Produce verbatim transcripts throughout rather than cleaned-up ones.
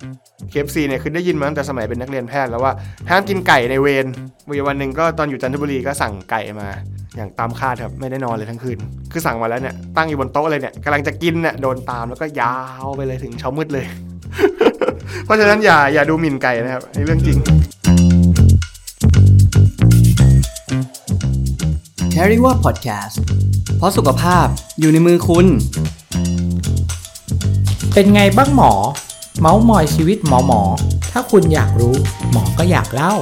เค เอฟ ซี เนี่ยคือได้ยินมาตั้งแต่สมัยเป็นนักเรียนแพทย์แล้วว่าห้ามกินไก่ในเวรมีวันหนึ่งก็ตอนอยู่จันทบุรีก็สั่งไก่มาอย่างตามคาดครับไม่ได้นอนเลยทั้งคืนคือสั่งมาแล้วเนี่ยตั้งอยู่บนโต๊ะเลยเนี่ยกำลังจะกินเนี่ยโดนตามแล้วก็ยาวไปเลยถึงเช้ามืดเลย เพราะฉะนั้นอย่าอย่าดูหมิ่นไก่นะครับในเรื่องจริง Cherry Wa Podcast เพราะสุขภาพอยู่ในมือคุณเป็นไงบ้างหมอเม้ามอยชีวิตหมอหมอถ้าคุณอยากรู้หมอก็อยากเล่า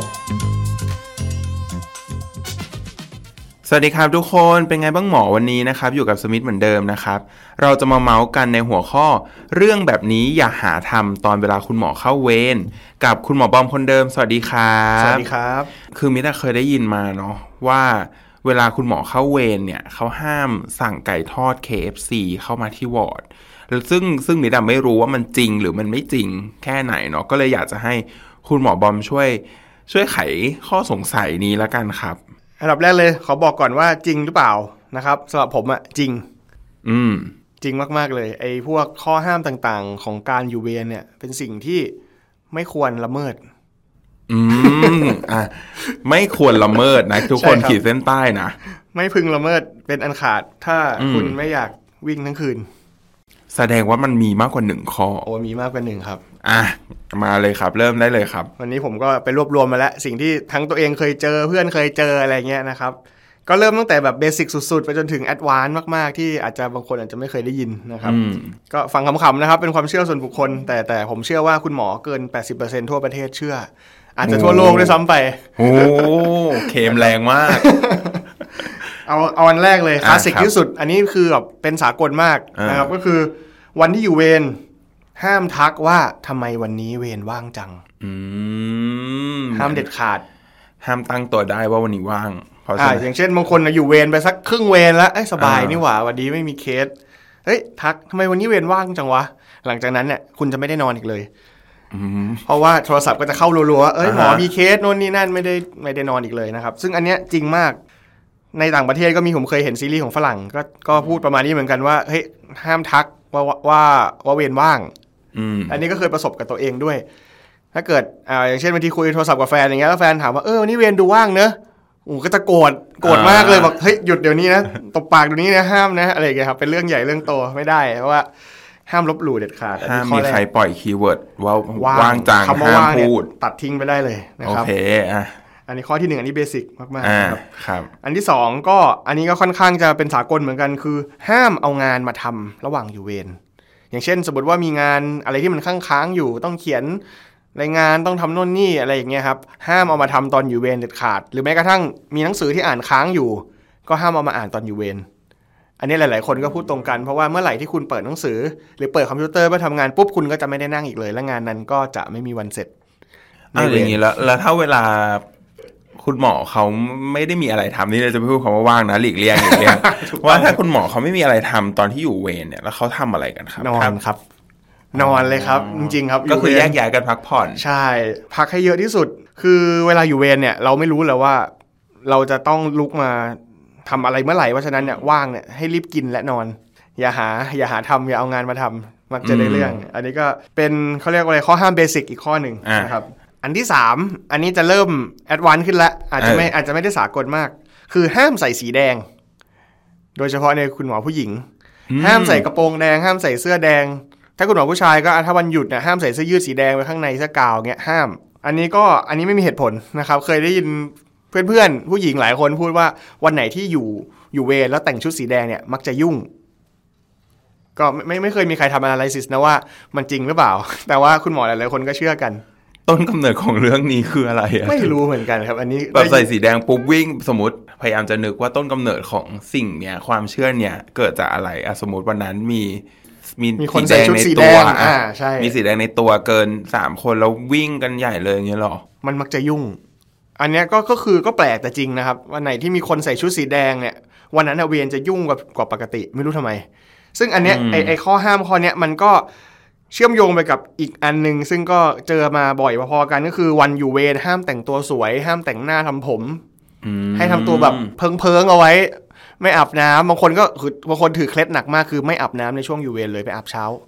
สวัสดีครับทุกคนเป็นไงบ้างหมอวันนี้นะครับอยู่กับสมิธเหมือนเดิมนะครับเราจะมาเมาส์กันในหัวข้อเรื่องแบบนี้อย่าหาทำตอนเวลาคุณหมอเข้าเวรกับคุณหมอบอมคนเดิมสวัสดีครับสวัสดีครับคือมิตรเคยได้ยินมาเนาะว่าเวลาคุณหมอเข้าเวรเนี่ยเขาห้ามสั่งไก่ทอด เค เอฟ ซี เข้ามาที่วอร์ดซึ่งซึ่งมิตรไม่รู้ว่ามันจริงหรือมันไม่จริงแค่ไหนเนาะก็เลยอยากจะให้คุณหมอบอมช่วยช่วยไขข้อสงสัยนี้ละกันครับอันดับแรกเลยขอบอกก่อนว่าจริงหรือเปล่านะครับสำหรับผมอะจริงอืมจริงมากๆเลยไอ้พวกข้อห้ามต่างๆของการอยู่เวรเนี่ยเป็นสิ่งที่ไม่ควรละเมิดอืมอ่ะไม่ควรละเมิดนะทุกคนขีดเส้นใต้นะไม่พึงละเมิดเป็นอันขาดถ้าคุณไม่อยากวิ่งทั้งคืนแสดงว่ามันมีมากกว่าหนึ่งข้อโอ้มีมากกว่าหนึ่งครับอ่ะมาเลยครับเริ่มได้เลยครับวันนี้ผมก็ไปรวบรวมมาแล้วสิ่งที่ทั้งตัวเองเคยเจอเพื่อนเคยเจออะไรเงี้ยนะครับก็เริ่มตั้งแต่แบบเบสิกสุดๆไปจนถึงแอดวานซ์มากๆที่อาจจะบางคนอาจจะไม่เคยได้ยินนะครับก็ฟังคำๆนะครับเป็นความเชื่อส่วนบุคคลแต่แต่ผมเชื่อว่าคุณหมอเกิน แปดสิบเปอร์เซ็นต์ ทั่วประเทศเชื่ออาจจะทั่วโลกด้วยซ้ำไปโอ้เคมแรงมากเอาเอาอันแรกเลยคลาสสิกที่สุดอันนี้คือแบบเป็นสากลมากนะครับก็คือวันที่อยู่เวรห้ามทักว่าทำไมวันนี้เวรว่างจังห้ามเด็ดขาดห้ามตั้งตัวได้ว่าวันนี้ว่างเพราะอ่าอย่างเช่นบางคนอยู่เวรไปสักครึ่งเวรแล้วเอ้ยสบายนี่หว่าวันนี้ไม่มีเคสเฮ้ยทักทำไมวันนี้เวรว่างจังวะหลังจากนั้นเนี่ยคุณจะไม่ได้นอนอีกเลยเพราะว่าโทรศัพท์ก็จะเข้ารัวๆเอ้ยหมอมีเคสโน่นนี่นั่นไม่ได้ไม่ได้นอนอีกเลยนะครับซึ่งอันเนี้ยจริงมากในต่างประเทศก็มีผมเคยเห็นซีรีส์ของฝรั่งก็ก็พูดประมาณนี้เหมือนกันว่าเฮ้ยห้ามทักว่าว่าว่าเวรว่างอันนี้ก็เคยประสบกับตัวเองด้วยถ้าเกิดอ่าอย่างเช่นบางทีคุยโทรศัพท์กับแฟนอย่างเงี้ยแล้วแฟนถามว่าเออวันนี้เวรดูว่างเนอะโอ้ก็จะโกรธโกรธมากเลยบอกเฮ้ยหยุดเดี๋ยวนี้นะตบปากเดี๋ยวนี้นะห้ามนะอะไรอย่างเงี้ยครับเป็นเรื่องใหญ่เรื่องโตไม่ได้เพราะว่าห้ามลบหลู่เด็ดขาดห้ามมีใครปล่อยคีย์เวิร์ดว่าว่างจังห้ามพูดตัดทิ้งไปได้เลยนะครับโอเคอ่ะอันนี้ข้อที่หนึ่งอันนี้เบสิกมากๆครับครับอันที่สองก็อันนี้ก็ค่อนข้างจะเป็นสากลเหมือนกันคือห้ามเอางานมาทำระหว่างอยู่เวรอย่างเช่นสมมติว่ามีงานอะไรที่มันค้างๆอยู่ต้องเขียนรายงานต้องทำโน่นนี่อะไรอย่างเงี้ยครับห้ามเอามาทำตอนอยู่เวรเด็ดขาดหรือแม้กระทั่งมีหนังสือที่อ่านค้างอยู่ก็ห้ามเอามาอ่านตอนอยู่เวรอันนี้หลายๆคนก็พูดตรงกันเพราะว่าเมื่อไหร่ที่คุณเปิดหนังสือหรือเปิดคอมพิวเตอร์เพื่อทำงานปุ๊บคุณก็จะไม่ได้นั่งอีกเลยและงานนั้นก็จะไม่มีวันเสร็จอะไรอย่างนี้แล้วแล้วถ้าเวลาคุณหมอเขาไม่ได้มีอะไรทำนี่เราจะไม่พูดคำว่าว่างนะหลีกเลี่ยงหลีกเลี่ยงว่าถ้าคุณหมอเขาไม่มีอะไรทำตอนที่อยู่เวรเนี่ยแล้วเขาทำอะไรกันครับนอนครับนอนเลยครับจริงๆครับก็คือแยกย้ายกันพักผ่อนใช่พักให้เยอะที่สุดคือเวลาอยู่เวรเนี่ยเราไม่รู้เลยว่าเราจะต้องลุกมาทำอะไรเมื่อไหร่เพราะฉะนั้นเนี่ยว่างเนี่ยให้รีบกินและนอนอย่าหาอย่าหาทำอย่าเอางานมาทำมักจะได้เรื่องอันนี้ก็เป็นเขาเรียกว่าอะไรข้อห้ามเบสิกอีกข้อหนึ่งนะครับอันที่สามอันนี้จะเริ่มแอดวานซ์ขึ้นละอาจจะไม่อาจจะไม่ได้สากลมากคือห้ามใส่สีแดงโดยเฉพาะในคุณหมอผู้หญิงห้ามใส่กระโปรงแดงห้ามใส่เสื้อแดงถ้าคุณหมอผู้ชายก็ถ้าวันหยุดเนี่ยห้ามใส่เสื้อยืดสีแดงไว้ข้างในเสื้อกาวเงี้ยห้ามอันนี้ก็อันนี้ไม่มีเหตุผลนะครับเคยได้ยินเพื่อนๆผู้หญิงหลายคนพูดว่าวันไหนที่อยู่อยู่เวรแล้วแต่งชุดสีแดงเนี่ยมักจะยุ่งก็ไม่ไม่เคยมีใครทำ analysis นะว่ามันจริงหรือเปล่าแต่ว่าคุณหมอหลายๆคนก็เชื่อกันต้นกำเนิดของเรื่องนี้คืออะไรอ่ะไม่รู้เหมือนกันครับอันนี้แบบใส่สีแดงปุ๊บวิ่งสมมติพยายามจะนึกว่าต้นกำเนิดของสิ่งเนี้ยความเชื่อเนี่ยเกิดจากอะไรอ่ะสมมติวันนั้นมีมีคนใส่ชุดสีแดงอ่าใช่มีสีแดงในตัวเกินสามคนแล้ววิ่งกันใหญ่เลยอย่างเงี้ยหรอมันมักจะยุ่งอันเนี้ยก็ก็คือก็แปลกแต่จริงนะครับวันไหนที่มีคนใส่ชุดสีแดงเนี่ยวันนั้นเวรจะยุ่งกว่ากว่าปกติไม่รู้ทำไมซึ่งอันเนี้ยไอไอข้อห้ามข้อเนี้ยมันก็เชื่อมโยงไปกับอีกอันนึงซึ่งก็เจอมาบ่อยพอๆกันก็คือวันอยู่เวรห้ามแต่งตัวสวยห้ามแต่งหน้าทำผมให้ทำตัวแบบเพิงๆเอาไว้ไม่อาบน้ำบางคนก็คือบางคนถือเคล็ดหนักมากคือไม่อาบน้ำในช่วงอยู่เวรเลยไปอาบเช้า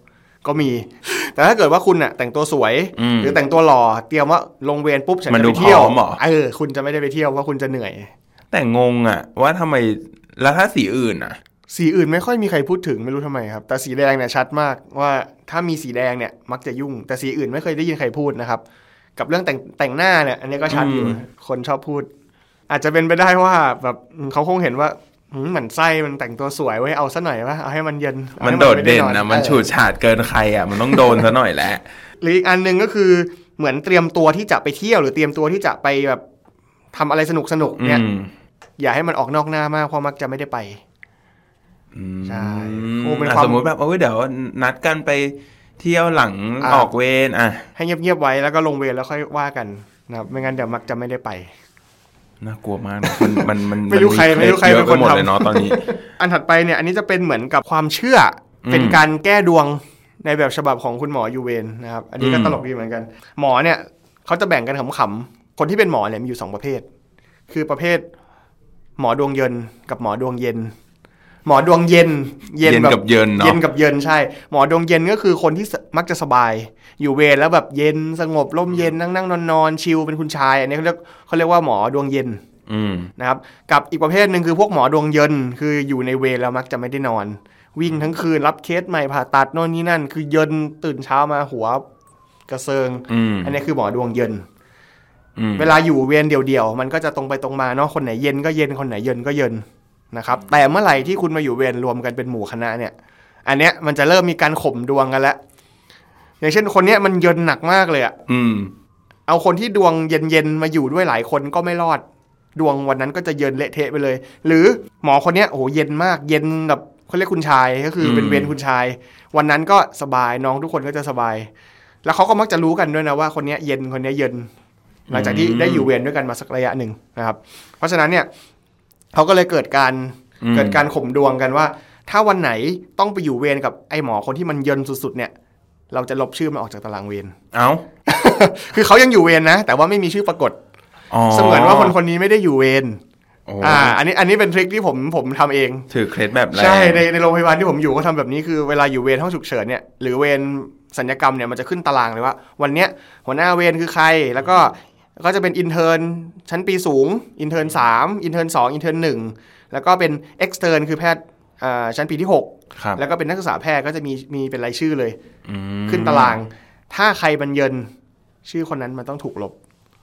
ก็มีแต่ถ้าเกิดว่าคุณน่ะแต่งตัวสวยหรือแต่งตัวหล่อเตรียมว่าลงเวรปุ๊บฉันจะไปเที่ยวเออคุณจะไม่ได้ไปเที่ยวเพราะคุณจะเหนื่อยแต่งงอ่ะว่าทำไมแล้วถ้าสีอื่นอ่ะสีอื่นไม่ค่อยมีใครพูดถึงไม่รู้ทำไมครับแต่สีแดงเนี่ยชัดมากว่าถ้ามีสีแดงเนี่ยมักจะยุ่งแต่สีอื่นไม่เคยได้ยินใครพูดนะครับกับเรื่องแต่งแต่งหน้าเนี่ยอันนี้ก็ชัดอยู่คนชอบพูดอาจจะเป็นไปได้ว่าแบบเขาคงเห็นว่าเหมือนไส้มันแต่งตัวสวยไว้เอาซะหน่อยว่าเอาให้มันเย็นมันโดดเด่นนะมันฉูดฉาดเกินใครอ่ะมันต้องโดนซะหน่อยแหละหรืออีกอันนึงก็คือเหมือนเตรียมตัวที่จะไปเที่ยวหรือเตรียมตัวที่จะไปแบบทำอะไรสนุกสนุกเนี่ยอย่าให้มันออกนอกหน้ามากเพราะมักจะไม่ได้ไปใช่สมมติแบบโอ้ยเดี๋ยวนัดกันไปเที่ยวหลังออกเวรอ่ะให้เงียบๆไว้แล้วก็ลงเวรแล้วค่อยว่ากันนะครับไม่งั้นเดี๋ยวมักจะไม่ได้ไปน่ากลัวมากมันมันมันไม่รู้ใครไม่รู้ใครเป็นคนทำเลยเนาะตอนนี้อันถัดไปเนี่ยอันนี้จะเป็นเหมือนกับความเชื่อเป็นการแก้ดวงในแบบฉบับของคุณหมอยูเวนนะครับอันนี้ก็ตลกดีเหมือนกันหมอเนี่ยเขาจะแบ่งกันขำๆคนที่เป็นหมอเนี่ยมีอยู่สองประเภทคือประเภทหมอดวงเย็นกับหมอดวงเย็นหมอดวงเย็นเย็นกับเย็นเนาะเย็นกับเย็นใช่หมอดวงเย็นก็คือคนที่มักจะสบายอยู่เวรแล้วแบบเย็นสงบร่มเย็นนั่งนั่งนอนนอนชิลเป็นคุณชายอันนี้เขาเรียกเขาเรียกว่าหมอดวงเย็นนะครับกับอีกประเภทหนึ่งคือพวกหมอดวงเย็นคืออยู่ในเวรแล้วมักจะไม่ได้นอนวิ่งทั้งคืนรับเคสใหม่ผ่าตัดโน่นนี่นั่นคือเย็นตื่นเช้ามาหัวกระเซิง อ, อันนี้คือหมอดวงเย็นเวลาอยู่เวรเดี่ยวๆมันก็จะตรงไปตรงมาเนาะคนไหนเย็นก็เย็นคนไหนเย็นก็เย็นนะครับแต่เมื่อไหร่ที่คุณมาอยู่เวรรวมกันเป็นหมู่คณะเนี่ยอันเนี้ยมันจะเริ่มมีการข่มดวงกันแล้วอย่างเช่นคนเนี้ยมันเย็นหนักมากเลยอ่ะเอาคนที่ดวงเย็นๆมาอยู่ด้วยหลายคนก็ไม่รอดดวงวันนั้นก็จะเย็นเละเทะไปเลยหรือหมอคนเนี้ยโอ้โหเย็นมากเย็นแบบเขาเรียกคุณชายก็คือเป็นเวรคุณชายวันนั้นก็สบายน้องทุกคนก็จะสบายแล้วเขาก็มักจะรู้กันด้วยนะว่าคนเนี้ยเย็นคนเนี้ยเย็นหลังจากที่ได้อยู่เวรด้วยกันมาสักระยะหนึ่งนะครับเพราะฉะนั้นเนี่ยเขาก็เลยเกิดการเกิดการข่มดวงกันว่าถ้าวันไหนต้องไปอยู่เวรกับไอ้หมอคนที่มันเย็นสุดๆเนี่ยเราจะลบชื่อมันออกจากตารางเวรเอ้าคือเขายังอยู่เวรนะแต่ว่าไม่มีชื่อปรากฏเสมือนว่าคนคนนี้ไม่ได้อยู่เวรอ่าอันนี้อันนี้เป็นทริคที่ผมผมทำเองถือเคล็ดแบบแรกใช่ในในโรงพยาบาลที่ผมอยู่ก็ทำแบบนี้คือเวลาอยู่เวรห้องฉุกเฉินเนี่ยหรือเวรศัลยกรรมเนี่ยมันจะขึ้นตารางเลยว่าวันเนี้ยหัวหน้าเวรคือใครแล้วก็ก็จะเป็นอินเทิร์นชั้นปีสูงอินเทิร์นสามอินเทิร์นสองอินเทิร์นหนึ่งแล้วก็เป็นเอ็กซ์เทิร์นคือแพทย์ชั้นปีที่หกแล้วก็เป็นนักศึกษาแพทย์ก็จะมีมีเป็นรายชื่อเลยขึ้นตารางถ้าใครบันเยินชื่อคนนั้นมันต้องถูกลบ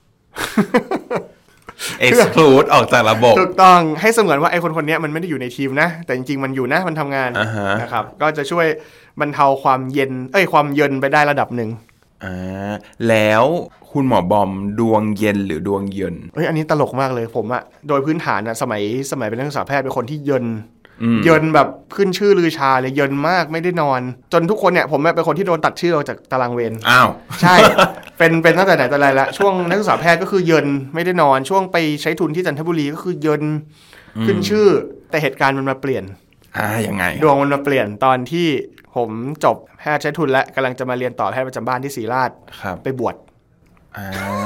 exclude ออกจากระบบถูกต้องให้เสมือนว่าไอ้คนคนนี้มันไม่ได้อยู่ในทีมนะแต่จริงๆมันอยู่นะมันทำงาน uh-huh. นะครับก็จะช่วยบรรเทาความเย็นเอ้ยความเย็นไปได้ระดับหนึ่งอ่าแล้วคุณหมอบอมดวงเย็นหรือดวงเย็นเอ้ยอันนี้ตลกมากเลยผมอะโดยพื้นฐานอะสมัยสมัยเป็นนักศึกษาแพทย์เป็นคนที่เย็นเยินแบบขึ้นชื่อลือชาเลยเยินมากไม่ได้นอนจนทุกคนเนี่ยผมเป็นคนที่โดนตัดชื่อออกจากตารางเวรอ้าวใช่เป็นเป็นตั้งแต่ไหนแต่ไรแล้วช่วงนักศึกษาแพทย์ก็คือเยินไม่ได้นอนช่วงไปใช้ทุนที่จันทบุรีก็คือเยินขึ้นชื่อแต่เหตุการณ์มันมาเปลี่ยนอ่ายังไงดวงมันมาเปลี่ยนตอนที่ผมจบแพทย์ใช้ทุนและกำลังจะมาเรียนต่อแพทย์ประจำบ้านที่ศรีราชไปบวชอ่า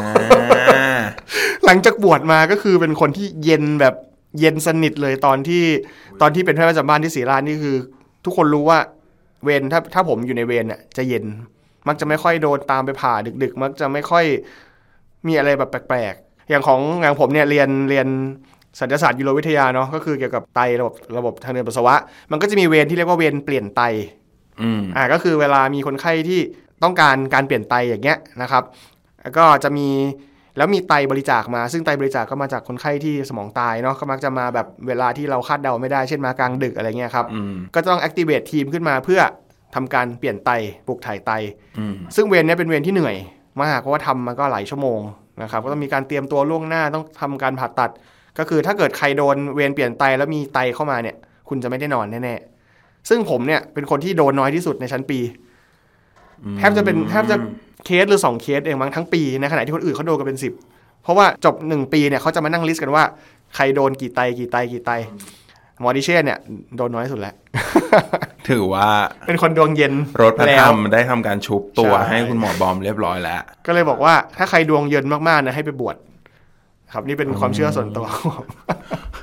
หลังจากบวชมาก็คือเป็นคนที่เย็นแบบเย็นสนิทเลยตอนที่ตอนที่เป็นแพทย์ประจำบ้านที่ศรีราชนี่คือทุกคนรู้ว่าเวรถ้าถ้าผมอยู่ในเวรเนี่ยจะเย็นมักจะไม่ค่อยโดนตามไปผ่าดึกๆมักจะไม่ค่อยมีอะไรแบบแปลกๆอย่างของอย่างผมเนี่ยเรียนเรียนสัญญาศาสตร์ยูโรวิทยาเนาะก็คือเกี่ยวกับไตระบบระบบทางเดินปัสสาวะมันก็จะมีเวรที่เรียกว่าเวรเปลี่ยนไตอืมอ่าก็คือเวลามีคนไข้ที่ต้องการการเปลี่ยนไตอย่างเงี้ยนะครับแล้วก็จะมีแล้วมีไตบริจาคมาซึ่งไตบริจาคก็มาจากคนไข้ที่สมองตายเนาะก็มักจะมาแบบเวลาที่เราคาดเดาไม่ได้เช่นมากลางดึกอะไรเงี้ยครับก็ต้อง activate ทีมขึ้นมาเพื่อทำการเปลี่ยนไตปลูกถ่ายไตซึ่งเวรนี้เป็นเวรที่เหนื่อยมากเพราะว่าทำมาก็หลายชั่วโมงนะครับก็ต้องมีการเตรียมตัวล่วงหน้าต้องทำการผ่าตัดก็คือถ้าเกิดใครโดนเวรเปลี่ยนไตแล้วมีไตเข้ามาเนี่ยคุณจะไม่ได้นอนแน่ๆซึ่งผมเนี่ยเป็นคนที่โดนน้อยที่สุดในชั้นปีแทบจะเป็นแทบจะเคสหรือสองเคสเองมั้งทั้งปีในขณะที่คนอื่นเขาโดนกันเป็นสิบเพราะว่าจบหนึ่งปีเนี่ยเขาจะมานั่งลิสต์กันว่าใครโดนกี่ไตกี่ไตกี่ไตหมอดิเช่เนี่ยโดนน้อยสุดแล้วถือว่าเป็นคนดวงเย็นรถพระธรรมได้ทำการชุบตัวให้คุณหมอบอมเรียบร้อยแล้วก็เลยบอกว่าถ้าใครดวงเย็นมากๆนะให้ไปบวชครับนี่เป็นความเชื่อส่วนตัว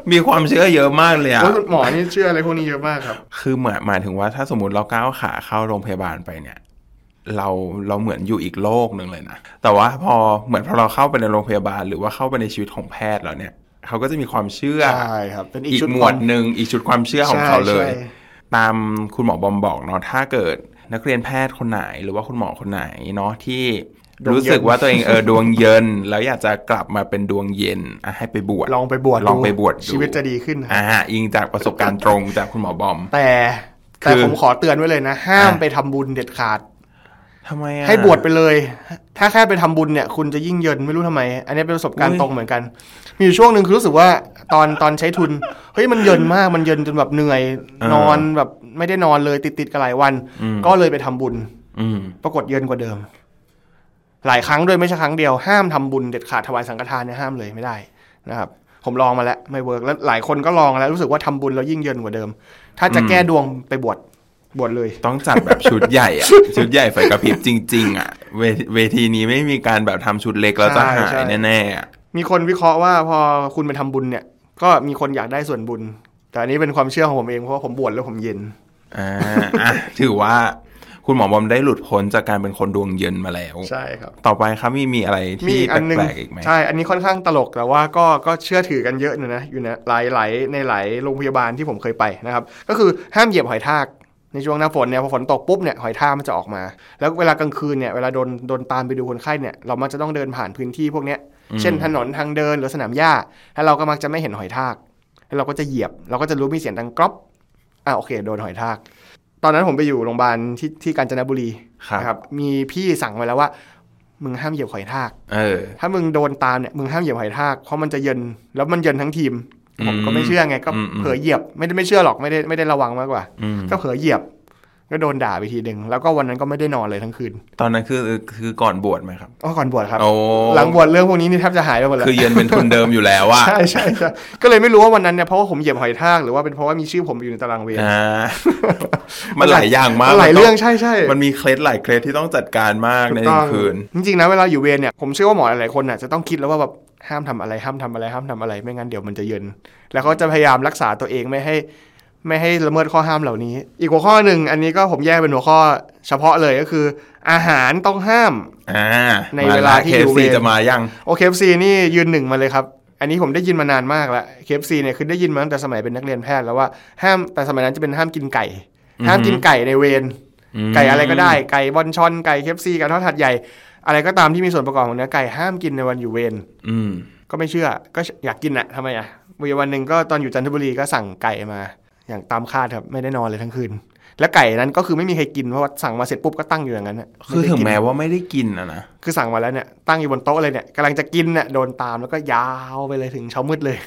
มีความเชื่อเยอะมากเลยอะหมอนี่เชื่ออะไรพวกนี้เยอะมากครับคือเหมือนหมายถึงว่าถ้าสมมติเราก้าวขาเข้าโรงพยาบาลไปเนี่ยเราเราเหมือนอยู่อีกโลกนึงเลยนะแต่ว่าพอเหมือนพอเราเข้าไปในโรงพยาบาลหรือว่าเข้าไปในชีวิตของแพทย์แล้วเนี่ยเขาก็จะมีความเชื่อใช่ครับเป็นอีกหมวดนึงอีกชุดความเชื่อของเขาเลยตามคุณหมอบอมบอกเนาะถ้าเกิดนักเรียนแพทย์คนไหนหรือว่าคุณหมอคนไหนเนาะที่รู้สึกว่าตัวเองเออดวงเย็นแล้วอยากจะกลับมาเป็นดวงเย็นอ่ะให้ไปบวชลองไปบวชลองไปบวชชีวิตจะดีขึ้นอ่าอิงจากประสบการณ์ตรงจากคุณหมอบอมแต่แต่ผมขอเตือนไว้เลยนะห้ามไปทำบุญเด็ดขาดทำไมอ่ะให้บวชไปเลยถ้าแค่ไปทำบุญเนี่ยคุณจะยิ่งเยินไม่รู้ทำไมอันนี้เป็นประสบการณ์ตรงเหมือนกันมีอยู่ช่วงนึงคือรู้สึกว่าตอนตอนใช้ทุนเฮ้ยมันเยินมากมันเยินจนแบบเหนื่อยนอนแบบไม่ได้นอนเลยติดติดกันหลายวันก็เลยไปทำบุญปรากฏเยินกว่าเดิมหลายครั้งด้วยไม่ใช่ครั้งเดียวห้ามทำบุญเด็ดขาดถวายสังฆทานเนี่ยห้ามเลยไม่ได้นะครับผมลองมาแล้วไม่เวิร์กแล้วหลายคนก็ลองแล้วรู้สึกว่าทำบุญแล้วยิ่งเยินกว่าเดิมถ้าจะแก้ดวงไปบวชบวชเลยต้องจัดแบบชุดใหญ่อะชุดใหญ่ไฟกระพริบจริงๆอะเวทีนี้ไม่มีการแบบทำชุดเล็กแล้วจะหายแน่ๆมีคนวิเคราะห์ว่าพอคุณไปทำบุญเนี่ยก็มีคนอยากได้ส่วนบุญแต่อันนี้เป็นความเชื่อของผมเองเพราะว่าผมบวชแล้วผมเย็นอ่าอ่ะถือว่าคุณหมอบอมได้หลุดพ้นจากการเป็นคนดวงเย็นมาแล้วใช่ครับต่อไปครับมีมีอะไรที่แปลกๆอีกไหมใช่อันนี้ค่อนข้างตลกแต่ว่าก็ก็เชื่อถือกันเยอะนะนะอยู่นะหลายหลายในหลายโรงพยาบาลที่ผมเคยไปนะครับก็คือห้ามเหยียบหอยทากในช่วงหน้าฝนเนี่ยพอฝนตกปุ๊บเนี่ยหอยทากมันจะออกมาแล้วเวลากลางคืนเนี่ยเวลาโดนโดนตามไปดูคนไข้เนี่ยเรามักจะต้องเดินผ่านพื้นที่พวกเนี้ยเช่นถนนทางเดินหรือสนามหญ้าแล้วเราก็มักจะไม่เห็นหอยทากแล้วเราก็จะเหยียบเราก็จะรู้มีเสียงดังกรอบอ่ะโอเคโดนหอยทากตอนนั้นผมไปอยู่โรงพยาบาลที่ที่กาญจนบุรีนะครับมีพี่สั่งไว้แล้วว่ามึงห้ามเหยียบหอยทากเออถ้ามึงโดนตามเนี่ยมึงห้ามเหยียบหอยทากเพราะมันจะเยินแล้วมันเยินทั้งทีมผมก็ไม่เชื่อไงก็เผลอเหยียบไม่ได้ไม่เชื่อหรอกไม่ได้ไม่ได้ระวังมากกว่าก็เผลอเหยียบก็โดนด่าไปทีนึงแล้วก็วันนั้นก็ไม่ได้นอนเลยทั้งคืนตอนนั้นคือคือก่อนบวชไหมครับอ๋อก่อนบวชครับหลังบวชเรื่องพวกนี้นี่แทบจะหายไปหมดแล้วคือเย็นเป็นทุนเดิมอยู่แล้วอะใช่ใช่ใช่ก็เลยไม่รู้ว่าวันนั้นเนี่ยเพราะว่าผมเหยียบหอยทากหรือว่าเป็นเพราะว่ามีชื่อผมอยู่ในตารางเวรมันหลายอย่างมากหลายเรื่องใช่ใช่มันมีเคล็ดหลายเคล็ดที่ต้องจัดการมากในคืนจริงๆนะเวลาอยู่เวรเนี่ยผมเชื่อว่าหมอหลายๆคนน่ะจะต้องคิดแล้วว่าแบบห้ามทำอะไรห้ามทำอะไรห้ามทำอะไรไม่งั้นเดี๋ยวมันจะเย็นแล้วเขาจะพยายามรักษาตัวเองไม่ให้ไม่ให้ละเมิดข้อห้ามเหล่านี้อีกหัวข้อหนึ่งอันนี้ก็ผมแยกเป็นหัวข้อเฉพาะเลยก็คืออาหารต้องห้ามในเวลาที่อยู่เวรจะมายังโอ เค เอฟ ซี นี่ยืนหนึ่งมาเลยครับอันนี้ผมได้ยินมานานมากแล้ว เค เอฟ ซี เนี่ยคือได้ยินมาตั้งแต่สมัยเป็นนักเรียนแพทย์แล้วว่าห้ามแต่สมัยนั้นจะเป็นห้ามกินไก่ห้ามกินไก่ในเวรไก่อะไรก็ได้ไก่บอนชอนไก่ เค เอฟ ซี ไก่ทอดหัดใหญ่อะไรก็ตามที่มีส่วนประกอบของเนื้อไก่ห้ามกินในวันอยู่เวรก็ไม่เชื่อก็อยากกินอะทำไมอะวันหนึ่งก็ตอนอยู่จันทบุรีก็สั่งไก่มาอย่างตามคาดครับไม่ได้นอนเลยทั้งคืนและไก่นั้นก็คือไม่มีใครกินเพราะว่าสั่งมาเสร็จปุ๊บก็ตั้งอยู่อย่างนั้นคือถึงแม้ว่าไม่ได้กินนะนะคือสั่งมาแล้วเนี่ยตั้งอยู่บนโต๊ะเลยเนี่ยกำลังจะกินเนี่ยโดนตามแล้วก็ยาวไปเลยถึงเช้ามืดเลย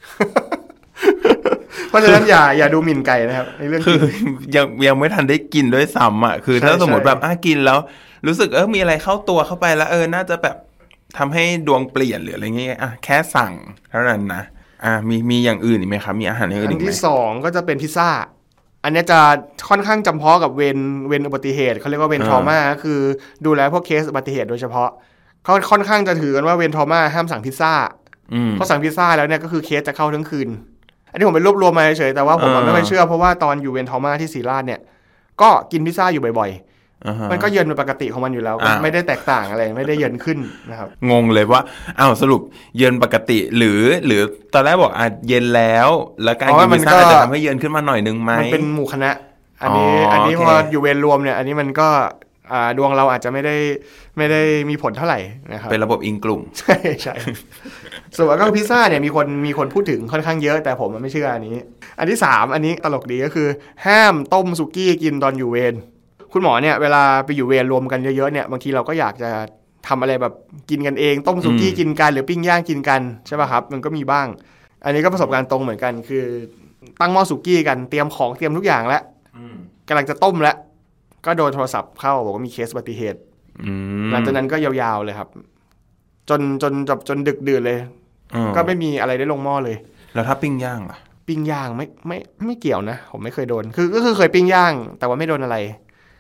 เพราะฉะนั้นอย่าอย่าดูหมิ่นไก่นะครับในเรื่องคือยังยังไม่ทันได้กินด้วยซ้ำอ่ะคือถ้าสมมติแบบอ่ะกินแล้วรู้สึกเออมีอะไรเข้าตัวเข้าไปแล้วเออน่าจะแบบทำให้ดวงเปลี่ยนหรืออะไรเงี้ยอ่ะแค่สั่งเท่านั้นนะอ่ามีมีอย่างอื่นอีกไหมครับมีอาหารอย่างอื่นอีกไหมอันที่สองก็จะเป็นพิซซ่าอันนี้จะค่อนข้างจำเพาะกับเวรเวรอุบัติเหตุเขาเรียกว่าเวรทรอมาก็คือดูแลพวกเคสอุบัติเหตุโดยเฉพาะเขาค่อนข้างจะถือกันว่าเวรทรอมาห้ามสั่งพิซซ่าเพราะสั่งพิซซ่าแล้วเนี่ยก็คือเคสจะเข้าทั้งคืนอันนี้ผมไปรวบรวมมาเฉยๆแต่ว่าผมไม่ค่อยเชื่อเพราะว่าตอนอยู่เวรทรอมาที่ศรีราชเนี่ยก็กินพิซซ่าอยู่บ่อยๆมันก็เย็นเป็นปกติของมันอยู่แล้วไม่ได้แตกต่างอะไรไม่ได้เย็นขึ้นนะครับงงเลยว่าอ้าวสรุปเย็นปกติหรือหรือตอนแรกบอกอ่ะเย็นแล้วแล้วการกินพิซซ่าจะทำให้เย็นขึ้นมาหน่อยนึงไหมมันเป็นหมู่คณะอันนี้อันนี้พออยู่เวรรวมเนี่ยอันนี้มันก็ดวงเราอาจจะไม่ได้ไม่ได้มีผลเท่าไหร่นะครับเป็นระบบอิงกลุ่มใช่ใช่ส่วนก็พิซซ่าเนี่ยมีคนมีคนพูดถึงค่อนข้างเยอะแต่ผมไม่เชื่ออันนี้อันที่สามอันนี้ตลกดีก็คือห้ามต้มสุกี้กินตอนอยู่เวรคุณหมอเนี่ยเวลาไปอยู่เวรรวมกันเยอะๆเนี่ยบางทีเราก็อยากจะทำอะไรแบบกินกันเองต้มสุกี้กินกันหรือปิ้งย่างกินกันใช่ป่ะครับมันก็มีบ้างอันนี้ก็ประสบการณ์ตรงเหมือนกันคือตั้งหม้อสุกี้กันเตรียมของเตรียมทุกอย่างแล้วกำลังจะต้มแล้วก็โดนโทรศัพท์เข้าบอกว่ามีเคสอุบัติเหตุหลังจากนั้นก็ยาวๆเลยครับจนจนจบจนดึกดื่นเลยก็ไม่มีอะไรได้ลงหม้อเลยแล้วถ้าปิ้งย่างล่ะปิ้งย่างไม่ไม่ไม่เกี่ยวนะผมไม่เคยโดนคือก็คือเคยปิ้งย่างแต่ว่าไม่โดนอะไร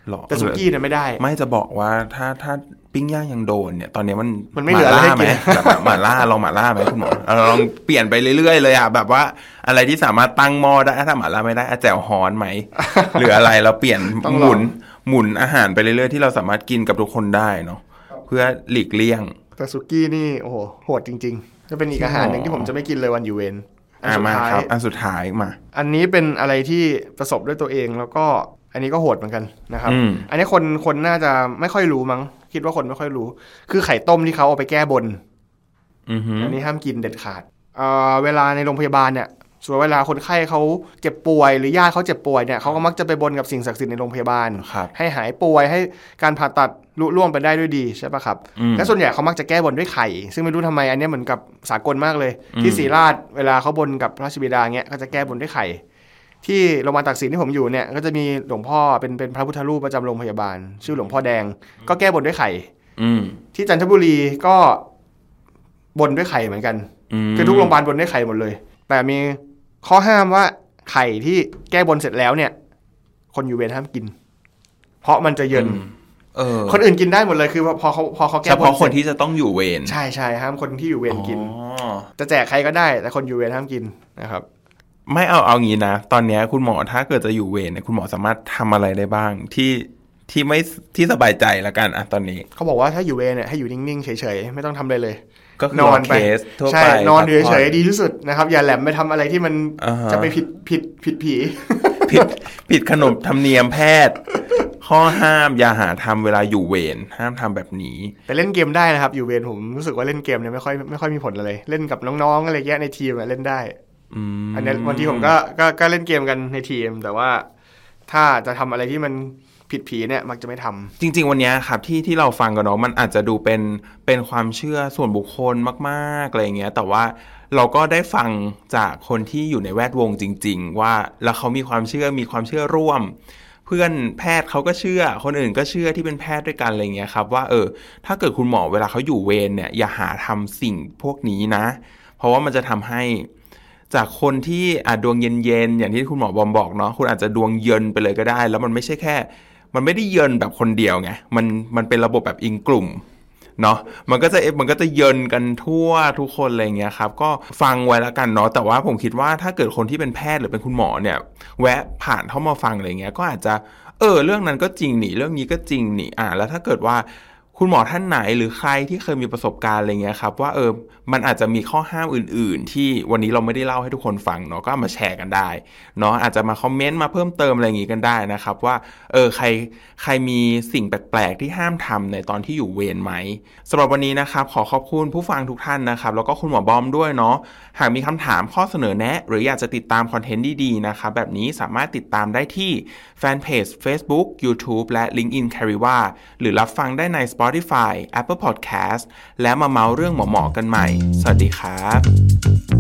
หรอแต่สุกี้เนี่ยไม่ได้ไม่จะบอกว่าถ้าถ้าปิ้งย่างยังโดนเนี่ยตอนนี้มันมันไม่เหลืออะไรให้กินแบบหม่าล่าลองหม่าล่าไหมคุณหมอลองเปลี่ยนไปเรื่อยๆเลยอ่ะแบบว่าอะไรที่สามารถตั้งหม้อได้ถ้าหม่าล่าไม่ได้แจ่วฮ้อนไหม หรืออะไรเราเปลี่ยนหมุนหมุนอาหารไปเรื่อยๆที่เราสามารถกินกับทุกคนได้เนาะเพื่อหลีกเลี่ยงแต่สุกี้นี่โอ้โหโหดจริงๆจะเป็นอีกอาหารหนึ่งที่ผมจะไม่กินเลยวันอยู่เวรอ่ะมาครับอันสุดท้ายมาอันนี้เป็นอะไรที่ประสบด้วยตัวเองแล้วก็อันนี้ก็โหดเหมือนกันนะครับ อ, อันนี้คนคนน่าจะไม่ค่อยรู้มั้งคิดว่าคนไม่ค่อยรู้คือไข่ต้มที่เขาเอาไปแก้บนอ, อันนี้ห้ามกินเด็ดขาด เ, เวลาในโรงพยาบาลเนี่ยส่วนเวลาคนไข้เขาเจ็บป่วยหรือญาติเขาเจ็บป่วยเนี่ยเขาก็มักจะไปบนกับสิ่งศักดิ์สิทธิ์ในโรงพยาบาลให้หายป่วยให้การผ่าตัดลุล่วงไปได้ด้วยดีใช่ป่ะครับและส่วนใหญ่เขามักจะแก้บนด้วยไข่ซึ่งไม่รู้ทำไมอันนี้เหมือนกับสากลมากเลยที่ศรีราชเวลาเขาบนกับพระราชบิดาเงี้ยก็จะแก้บนด้วยไข่ที่โรงพยาบาลตากสินที่ผมอยู่เนี่ยก็จะมีหลวงพ่อเป็นเป็นพระพุทธรูปประจำโรงพยาบาลชื่อหลวงพ่อแดงก็แก้บนด้วยไข่ที่จันทบุรีก็บนด้วยไข่เหมือนกันคือทุกโรงพยาบาลบนด้วยไข่หมดเลยแต่มีข้อห้ามว่าไข่ที่แก้บนเสร็จแล้วเนี่ยคนอยู่เวรห้ามกินเพราะมันจะเยินเออคนอื่นกินได้หมดเลยคือพอเขาพอเขาแก้บนเฉพาะคนที่จะต้องอยู่เวรใช่ใช่ห้ามคนที่อยู่เวรกินจะแจกใครก็ได้แต่คนอยู่เวรห้ามกินนะครับไม่เอาเอางี้นะตอนนี้คุณหมอถ้าเกิดจะอยู่เวรเนี่ยคุณหมอสามารถทำอะไรได้บ้างที่ที่ไม่ที่สบายใจละกันอะตอนนี้เขาบอกว่าถ้าอยู่เวรเนี่ยให้อยู่นิ่งๆเฉยๆไม่ต้องทำอะไรเลยก็นอนไปใช่นอนเฉยๆดีที่สุดนะครับอย่าแหลมไปทำอะไรที่มัน uh-huh. จะไปผิดผิดผิดผีผิดผิดขนบธรรมเนียมแพทย์ข้อห้ามอย่าหาทำเวลาอยู่เวรห้ามทำแบบนี้แต่เล่นเกมได้นะครับอยู่เวรผมรู้สึกว่าเล่นเกมเนี่ยไม่ค่อยไม่ค่อยมีผลอะไรเล่นกับน้องๆอะไรเงี้ยในทีมเล่นได้อันนี้บางทีผมก็ก็ก็เล่นเกมกันในทีมแต่ว่าถ้าจะทำอะไรที่มันผิดผีเนี่ยมักจะไม่ทำจริงๆวันนี้ครับที่ที่เราฟังกันเนาะมันอาจจะดูเป็นเป็นความเชื่อส่วนบุคคลมากๆอะไรเงี้ยแต่ว่าเราก็ได้ฟังจากคนที่อยู่ในแวดวงจริงๆว่าแล้วเขามีความเชื่อมีความเชื่อร่วมเพื่อนแพทย์เขาก็เชื่อคนอื่นก็เชื่อที่เป็นแพทย์ด้วยกันอะไรเงี้ยครับว่าเออถ้าเกิดคุณหมอเวลาเขาอยู่เวรเนี่ยอย่าหาทำสิ่งพวกนี้นะเพราะว่ามันจะทำให้จากคนที่อาจดวงเย็นๆอย่างที่คุณหมอบอมบอกเนาะคุณอาจจะดวงเย็นไปเลยก็ได้แล้วมันไม่ใช่แค่มันไม่ได้เยินแบบคนเดียวไงมันมันเป็นระบบแบบอิงกลุ่มเนาะมันก็จะมันก็จะเยินกันทั่วทุกคนอะไรเงี้ยครับก็ฟังไว้แล้วกันเนาะแต่ว่าผมคิดว่าถ้าเกิดคนที่เป็นแพทย์หรือเป็นคุณหมอเนี่ยแวะผ่านเข้ามาฟังอะไรเงี้ยก็อาจจะเออเรื่องนั้นก็จริงนี่เรื่องนี้ก็จริงนี่อ่าแล้วถ้าเกิดว่าคุณหมอท่านไหนหรือใครที่เคยมีประสบการณ์อะไรเงี้ยครับว่าเออมันอาจจะมีข้อห้ามอื่นๆที่วันนี้เราไม่ได้เล่าให้ทุกคนฟังเนาะก็มาแชร์กันได้เนาะอาจจะมาคอมเมนต์มาเพิ่มเติมอะไรอย่างงี้กันได้นะครับว่าเออใครใครมีสิ่งแปลกๆที่ห้ามทำในตอนที่อยู่เวรไหมสำหรับวันนี้นะครับขอขอบคุณผู้ฟังทุกท่านนะครับแล้วก็คุณหมอบอมด้วยเนาะหากมีคำถามข้อเสนอแนะหรืออยากจะติดตามคอนเทนต์ดีๆนะครับแบบนี้สามารถติดตามได้ที่แฟนเพจ Facebook YouTube และ LinkedIn Cariwa หรือรับฟังได้ใน Spotify Apple Podcast และมาเมาเรื่องหมอๆกันใหม่สวัสดีครับ